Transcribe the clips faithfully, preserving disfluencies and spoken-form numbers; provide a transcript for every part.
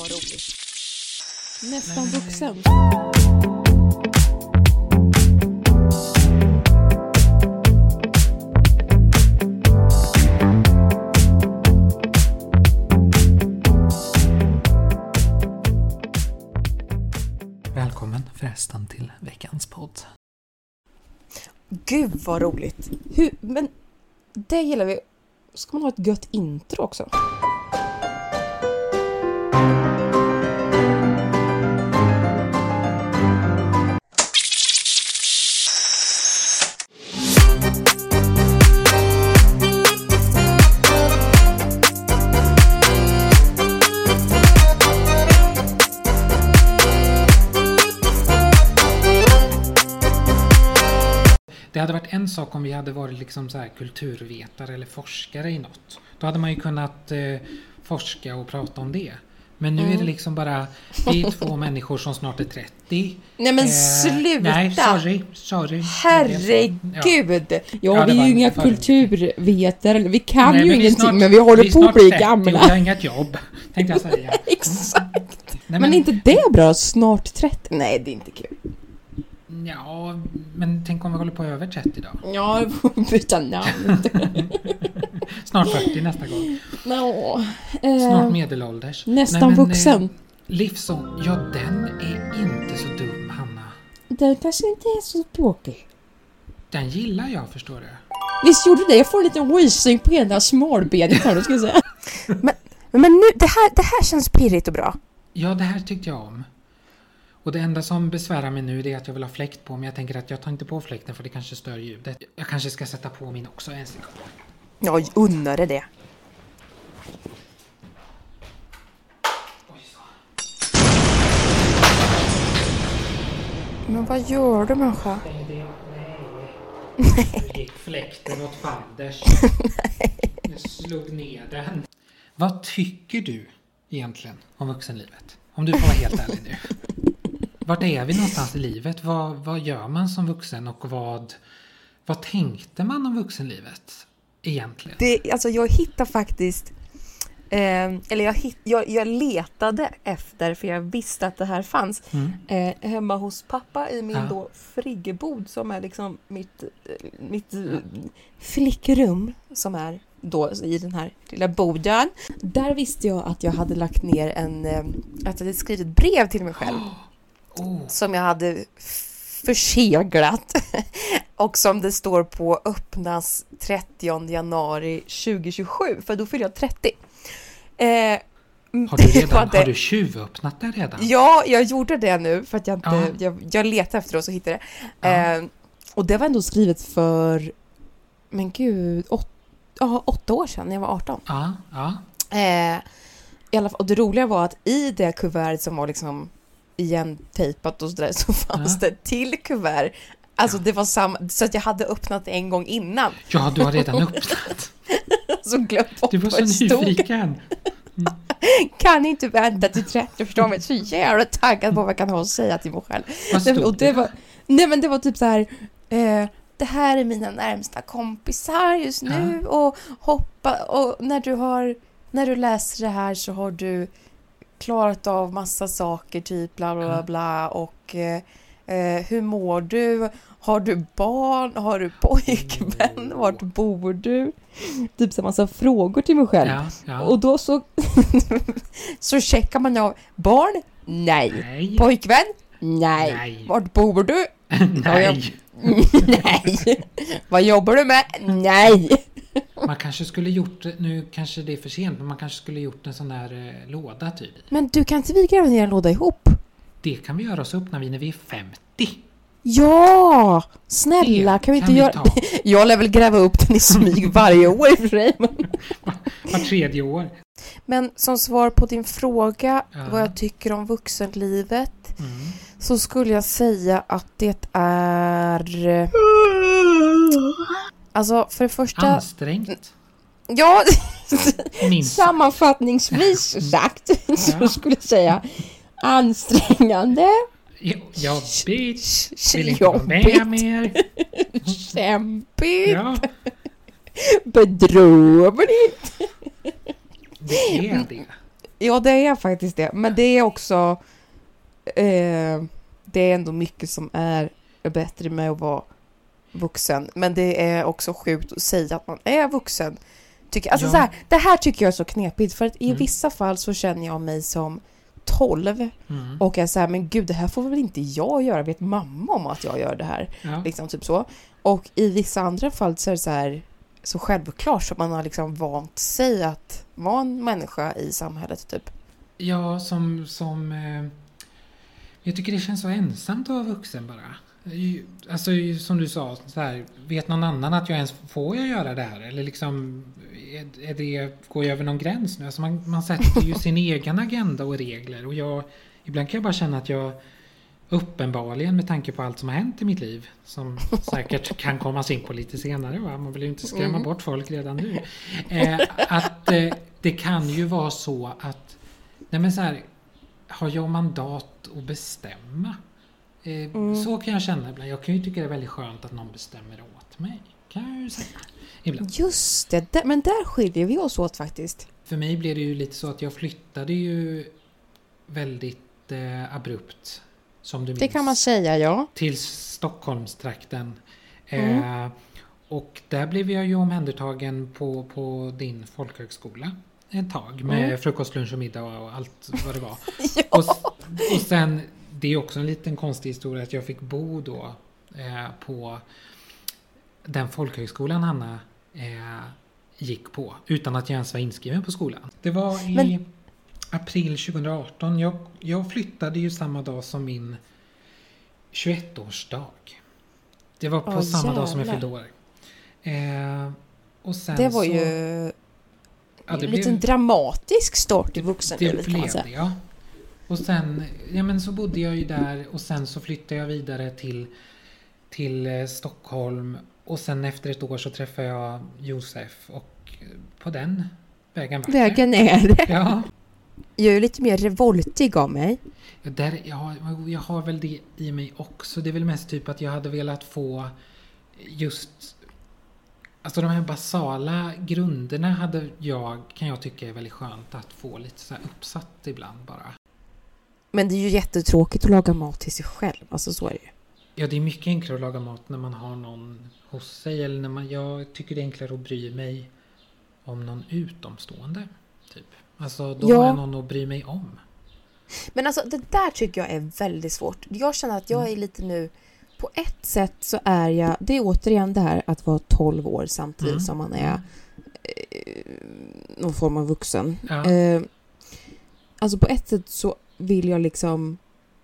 vad roligt. Nästan vuxen. Välkommen förresten till veckans podd. Gud vad roligt. Hur, men det gillar vi. Ska man ha ett gött intro också? Det hade varit en sak om vi hade varit liksom så här kulturvetare eller forskare i något. Då hade man ju kunnat eh, forska och prata om det. Men nu mm. är det liksom bara vi är två människor som snart är trettio. Nej men eh, sluta! Nej, sorry, sorry. Herregud! Ja, ja vi är ju inga för... kulturvetare. Vi kan nej, ju men ingenting, snart, men vi håller vi på att bli trettio, gamla. Vi har inget jobb, tänkte jag säga. Exakt! Nej, men, men inte det bra? Snart trettio? Nej, det är inte kul. Ja, men tänk om vi håller på över trettio då? Ja, vi får byta namn. Snart fyrtio nästa gång. No, eh, Snart medelålders. Nästan Nej, men, vuxen. Eh, livsång, ja den är inte så dum, Hanna. Den kanske inte är så tråkig. Den gillar jag, förstår du. Visst gjorde det? Jag får en liten rysning på ena smalbenet här, ska jag säga. men, men nu, det här, det här känns pirrigt och bra. Ja, det här tyckte jag om. Och det enda som besvärar mig nu är att jag vill ha fläkt på. Men jag tänker att jag tar inte på fläkten för det kanske stör ljudet. Jag kanske ska sätta på min också en sekund. Jag undrar det. Oj, så. Men vad gör du, människa? Nej, det, nej. Nu gick fläkten åt fanders. Jag slog ner den. Vad tycker du egentligen om vuxenlivet? Om du får vara helt ärlig nu. Vart är vi någonstans i livet? Vad, vad gör man som vuxen och vad, vad tänkte man om vuxenlivet egentligen? Det, alltså jag hittade faktiskt, eh, eller jag, hitt, jag, jag letade efter, för jag visste att det här fanns, mm. eh, hemma hos pappa i min ja. då friggebod som är liksom mitt, mitt ja. flickrum som är då i den här lilla boden. Där visste jag att jag hade lagt ner en, eh, att jag hade skrivit ett brev till mig själv. Oh. Oh. Som jag hade förseglat och som det står på öppnas trettionde januari tjugohundratjugosju, för då fyller jag trettio. Eh, har du redan, har du tjuvöppnat det redan? Ja, jag gjorde det nu för att jag inte, ja. jag, jag letade efter det och så hittade det. Ja. Eh, och det var ändå skrivet för, men gud, åt, ja, åtta år sedan när jag var arton. Ja, ja. Eh, i alla fall, och det roliga var att i det kuvertet som var liksom igen tejpat och sådär, så fanns ja. det till kuvert. Alltså ja. det var samma, så att jag hade öppnat en gång innan. Ja, du har redan öppnat. Så glömt bort. Du var så nyfiken. Mm. Kan inte vänta till trettio, förstår mig. Så jävla taggad på vad jag kan ha att säga till mig själv. Vad stod och det var, nej men det var typ så här, eh, det här är mina närmsta kompisar just nu ja. och hoppa, och när du har, när du läser det här så har du klarat av massa saker, typ bla bla bla, bla och eh, hur mår du? Har du barn? Har du pojkvän? Vart bor du? Typ så massa frågor till mig själv. Ja, ja. Och då så så checkar man av barn? Nej. Nej. Pojkvän? Nej. Nej. Vart bor du? Nej. Nej. Vad jobbar du med? Nej. Man kanske skulle gjort, nu kanske det är för sent, men man kanske skulle gjort en sån här eh, låda typ. Men du, kan inte vi gräva ner en låda ihop? Det kan vi göra oss upp när vi, när vi är femtio. Ja, snälla, kan vi inte kan göra... Vi jag lär väl gräva upp den i smyg varje år i för sig. Var tredje år. Men som svar på din fråga, ja. vad jag tycker om vuxenlivet, mm. så skulle jag säga att det är... Alltså, för det första... Ansträngt. Ja, Minst. Sammanfattningsvis sagt ja. så skulle jag säga ansträngande. Jobbigt. Vill inte vara med mer. Kämpigt. Ja. Bedrövligt. Det är det. Ja, det är faktiskt det. Men det är också... Eh, det är ändå mycket som är bättre med att vara vuxen. Men det är också sjukt att säga att man är vuxen. Tycker, alltså Ja. så här, det här tycker jag är så knepigt. För att i Mm. vissa fall så känner jag mig som tolv. Mm. Och jag säger, men gud, det här får väl inte jag göra. Vet mamma om att jag gör det här? Ja. Liksom typ så. Och i vissa andra fall så är det så här så självklart som man har liksom vant sig att vara en människa i samhället typ. Ja, som... som eh, jag tycker det känns så ensamt att vara vuxen bara. Ju- Alltså ju- som du sa, så här, vet någon annan att jag ens får jag göra det här? Eller liksom, är, är det, går jag över någon gräns nu? Alltså man, man sätter ju sin egen agenda och regler. Och jag, ibland kan jag bara känna att jag uppenbarligen, med tanke på allt som har hänt i mitt liv, som säkert kan komma in på lite senare, va? Man vill ju inte skrämma Mm. bort folk redan nu. Eh, att eh, det kan ju vara så att, nej men så här, har jag mandat att bestämma? Eh, Mm. Så kan jag känna ibland. Jag kan ju tycka det är väldigt skönt att någon bestämmer åt mig. Kan jag ju säga. Ibland. Just det, där, men där skiljer vi oss åt faktiskt. För mig blev det ju lite så att jag flyttade ju väldigt eh, abrupt, som du minns. Det kan man säga, ja. Till Stockholmstrakten. Mm. Eh, och där blev jag ju omhändertagen på, på din folkhögskola ett tag. Med Mm. frukost, lunch och middag och allt vad det var. Ja. Och, och sen, det är också en liten konstig historia att jag fick bo då eh, på den folkhögskolan Hanna eh, gick på. Utan att jag ens var inskriven på skolan. Det var i Men- april tjugoarton. Jag, jag flyttade ju samma dag som min tjugoett-årsdag. Det var på Åh, samma dag som jag jävlar. fyllde år. Eh, och sen Det var så, ju ja, det en liten blev- dramatisk start i det vuxenlivet kan man blev säga. det, ja. Och sen, ja men så bodde jag ju där och sen så flyttade jag vidare till, till eh, Stockholm. Och sen efter ett år så träffade jag Josef och eh, på den vägen var det. Vägen är det. Ja. Jag är lite mer revoltig av mig. Ja, där, ja, jag har väl det i mig också. Det är väl mest typ att jag hade velat få just... Alltså de här basala grunderna hade jag, kan jag tycka är väldigt skönt att få lite så här uppsatt ibland bara. Men det är ju jättetråkigt att laga mat till sig själv. Alltså så är det ju. Ja, det är mycket enklare att laga mat när man har någon hos sig. Eller när man, jag tycker det är enklare att bry mig om någon utomstående. Typ. Alltså då Ja. har jag någon att bry mig om. Men alltså det där tycker jag är väldigt svårt. Jag känner att jag är lite nu... På ett sätt så är jag... Det är återigen det här att vara tolv år samtidigt Mm. som man är eh, någon form av vuxen. Ja. Eh, alltså på ett sätt så vill jag liksom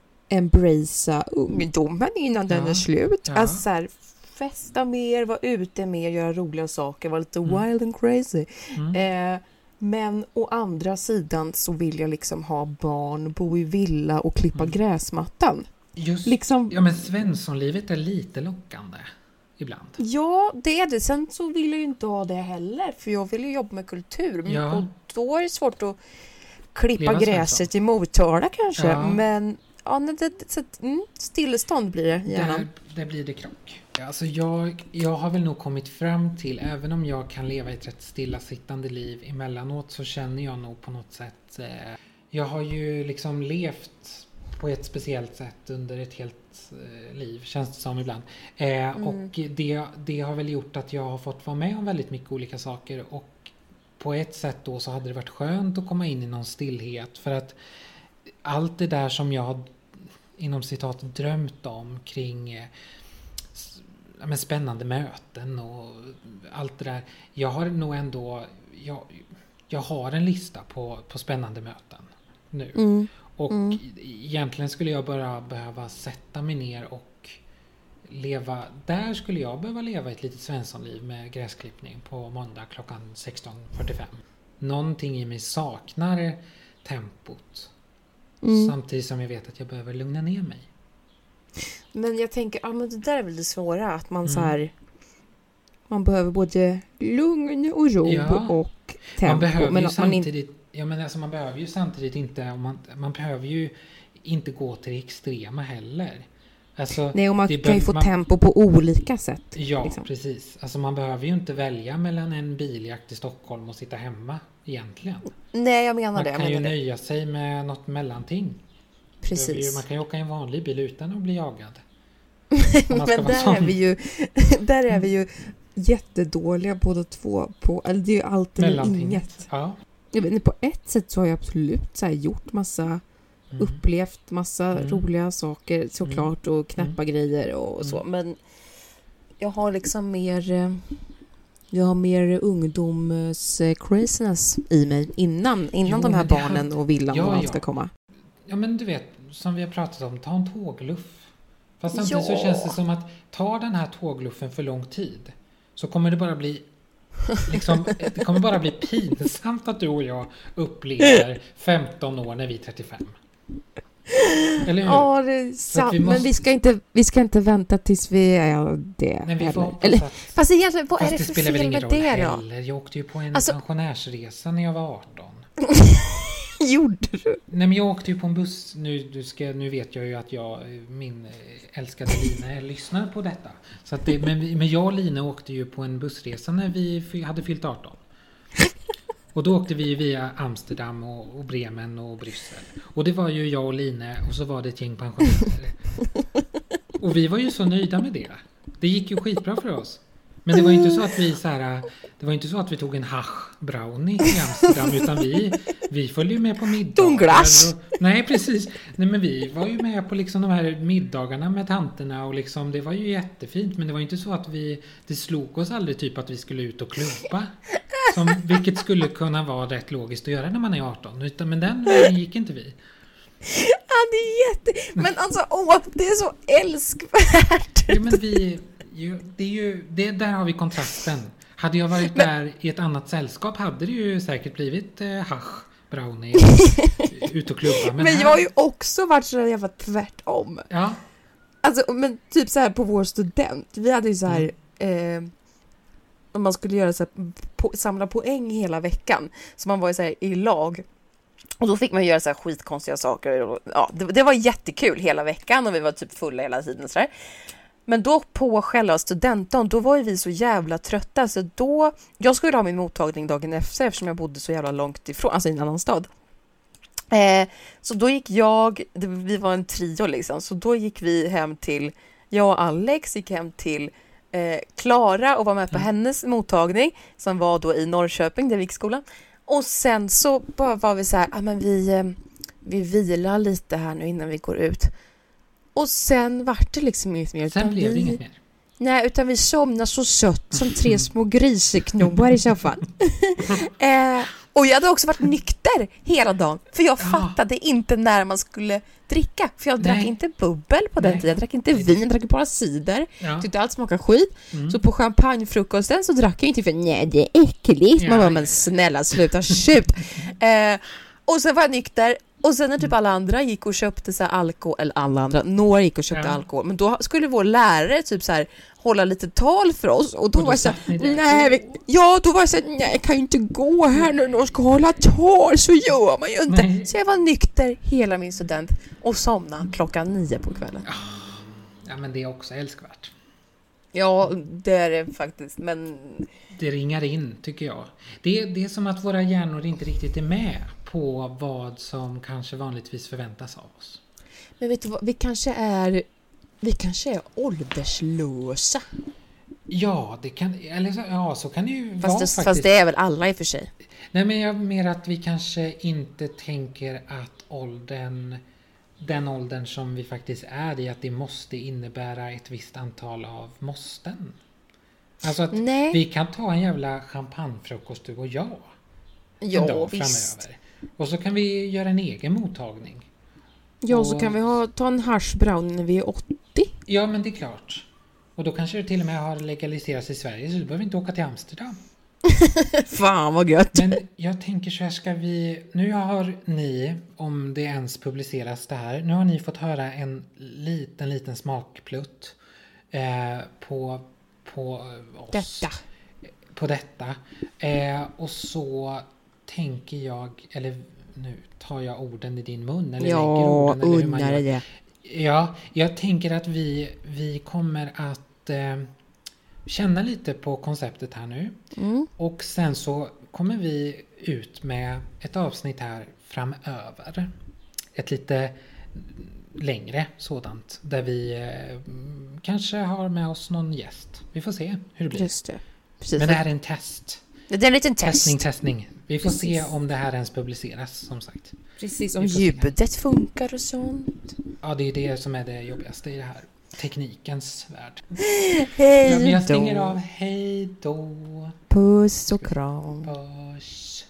embracea ungdomen innan den Ja. är slut. Ja. Alltså så här, festa mer, vara ute mer, göra roliga saker, vara lite Mm. wild and crazy. Mm. Eh, men å andra sidan så vill jag liksom ha barn, bo i villa och klippa Mm. gräsmattan. Just, Liksom, ja men Svenssonlivet är lite lockande ibland. ja, det är det. Sen så vill jag ju inte ha det heller, för jag vill ju jobba med kultur. Ja. Och då är det svårt att klippa Leva gräset i Motala kanske. Ja. Men ja, det, det, så, att, mm, stillestånd blir det gärna. Där, där blir det krock. Alltså jag, jag har väl nog kommit fram till, även om jag kan leva ett rätt stillasittande liv emellanåt, så känner jag nog på något sätt... Eh, jag har ju liksom levt på ett speciellt sätt under ett helt eh, liv, känns det som ibland. Eh, Mm. Och det, det har väl gjort att jag har fått vara med om väldigt mycket olika saker. Och på ett sätt då så hade det varit skönt att komma in i någon stillhet. För att allt det där som jag har inom citat drömt om kring eh, s- ja, men spännande möten och allt det där. Jag har nog ändå, jag, jag har en lista på, på spännande möten nu. Mm. Och Mm. egentligen skulle jag bara behöva sätta mig ner och leva, där skulle jag behöva leva ett litet Svenssonliv med gräsklippning på måndag klockan sexton fyrtiofem. Någonting i mig saknar tempot. Mm. Samtidigt som jag vet att jag behöver lugna ner mig. Men jag tänker, ja men det där är väl det svåra, att man Mm. så här, man behöver både lugn och ro Ja. och tempo. Man behöver men ju att man inte, samtidigt, ja, men alltså man behöver ju samtidigt inte, man, man behöver ju inte gå till det extrema heller. Alltså, Nej, och man det kan ju be- få man, tempo på olika sätt. Ja, liksom. precis. Alltså man behöver ju inte välja mellan en biljakt i Stockholm och sitta hemma egentligen. Nej, jag menar Man det. Jag kan ju menar det. nöja sig med något mellanting. Precis. Ju, man kan ju åka i en vanlig bil utan att bli jagad. Men där är, vi ju, där är vi ju jättedåliga båda två på, eller det är ju allt eller inget. Ja. Jag vet inte, på ett sätt så har jag absolut så här gjort massa, mm. upplevt massa mm. roliga saker såklart och knäppa mm. grejer och mm. så. Men jag har liksom mer, jag har mer ungdoms craziness i mig innan, innan jo, de här barnen har... och villan ja, och allt ja. ska komma. Ja, men du vet, som vi har pratat om, ta en tågluff. Fast samtidigt ja. så känns det som att ta den här tågluffen för lång tid så kommer det bara bli liksom, det kommer bara bli pinsamt att du och jag upplever femton år när vi är trettiofem. Eller hur? Ja, det är sant. Vi måste... Men vi ska, inte, vi ska inte vänta tills vi är det. Nej, vi får Eller, att... Fast egentligen, vad fast är det, det för fel med det då? Heller. Jag åkte ju på en alltså... pensionärsresa när jag var arton. Gjorde du? Nej, men jag åkte ju på en buss. Nu, du ska, nu vet jag ju att jag, min älskade Lina lyssnar på detta. Så att det, men, men jag och Lina åkte ju på en bussresa när vi hade fyllt arton. Och då åkte vi via Amsterdam och, och Bremen och Bryssel. Och det var ju jag och Lina och så var det ett gäng pensionärer. Och vi var ju så nöjda med det. Det gick ju skitbra för oss. Men det var inte så att vi så här, det var inte så att vi tog en hash brownie i Amsterdam utan vi vi följde ju med på middagar. glass. Och, nej, precis. Nej, men vi var ju med på liksom de här middagarna med tanterna och liksom det var ju jättefint, men det var inte så att vi det slog oss aldrig typ att vi skulle ut och klubba. Som, vilket skulle kunna vara rätt logiskt att göra när man är arton, utan men den vägen gick inte vi. Ja, det är jätte men alltså åh, det är så älskvärt. Ja, men vi ju, det är ju det där har vi kontrasten. Hade jag varit men... där i ett annat sällskap hade det ju säkert blivit eh, hash brownie ut och klubba. Men, men här... jag har ju också varit så jävla tvärtom. Ja. Alltså, men typ så här på vår student. Vi hade ju så här mm. eh, om man skulle göra så här, po- samla poäng hela veckan. Så man var ju så här i lag. Och då fick man göra så här skitkonstiga saker. Och, ja, det, det var jättekul hela veckan och vi var typ fulla hela tiden så där. Men då på själva studenten, då var ju vi så jävla trötta. Så då, jag skulle ha min mottagning dagen efter eftersom jag bodde så jävla långt ifrån, alltså i en annan stad. Eh, så då gick jag, det, vi var en trio liksom, så då gick vi hem till, jag och Alex gick hem till Klara eh, och var med på mm. hennes mottagning som var då i Norrköping, där vi gick skolan. Och sen så bara var vi så här, ah, men vi, eh, vi vilar lite här nu innan vi går ut. Och sen vart det liksom inget mer. Sen blev det vi, inget mer. Nej, utan vi somnade så sött som tre små griseknobbar i soffan. eh, och jag hade också varit nykter hela dagen. För jag ja. fattade inte när man skulle dricka. För jag drack Nej. inte bubbel på den tiden. Jag drack inte vin, jag drack bara cider. Ja. Tyckte allt smakade skit. Mm. Så på champagnefrukosten så drack jag inte för nej, det är äckligt. Ja. Man bara, men snälla, sluta tjut. eh, och sen var jag nykter. Och sen när typ alla andra gick och köpte så här alkohol, eller alla andra, några gick och köpte ja. alkohol, men då skulle vår lärare typ så här hålla lite tal för oss och då, och då var jag så här, nej, vi, ja, då var jag så här, nej, jag kan ju inte gå här nu när jag ska hålla tal, så gör man ju inte. Nej. Så jag var nykter hela min student och somnade klockan nio på kvällen. Ja, men det är också älskvärt. Ja, det är det faktiskt, men... Det ringar in, tycker jag. Det, det är som att våra hjärnor inte riktigt är med på vad som kanske vanligtvis förväntas av oss. Men vet du vad, vi kanske är, vi kanske är ålderslösa. Ja, det kan, eller så, ja, så kan det ju fast vara det, faktiskt. Fast det är väl alla i och för sig. Nej, men jag menar att vi kanske inte tänker att åldern... den åldern som vi faktiskt är i, att det måste innebära ett visst antal av måsten. Alltså att Nej. vi kan ta en jävla champagnefrukost du och jag. Ja, en dag visst. Framöver. Och så kan vi göra en egen mottagning. Ja, och... så kan vi ha, ta en hash brown när vi är åttio. Ja, men det är klart. Och då kanske det till och med har legaliserats i Sverige, så du behöver inte åka till Amsterdam. Fan vad gött. Men jag tänker så här, ska vi... Nu har ni, om det ens publiceras det här, nu har ni fått höra en liten, liten smakplutt eh, på, på oss. Detta. På detta. Eh, och så tänker jag, eller nu tar jag orden i din mun, eller ja, lägger orden, eller hur man gör. Det. Ja, jag tänker att vi, vi kommer att eh, känna lite på konceptet här nu. Mm. Och sen så kommer vi ut med ett avsnitt här framöver. Ett lite längre sådant. Där vi eh, kanske har med oss någon gäst. Vi får se hur det blir. Just det. Precis. Men det här är en test. Det är en liten test. Testning, testning. Vi får Precis. se om det här ens publiceras, som sagt. Precis, om Vi får se. ljudet funkar och sånt. Ja, det är det som är det jobbigaste i det här. Teknikens värld. Hej Ja, men jag då. stänger av. Hej då. Puss och kram. Puss.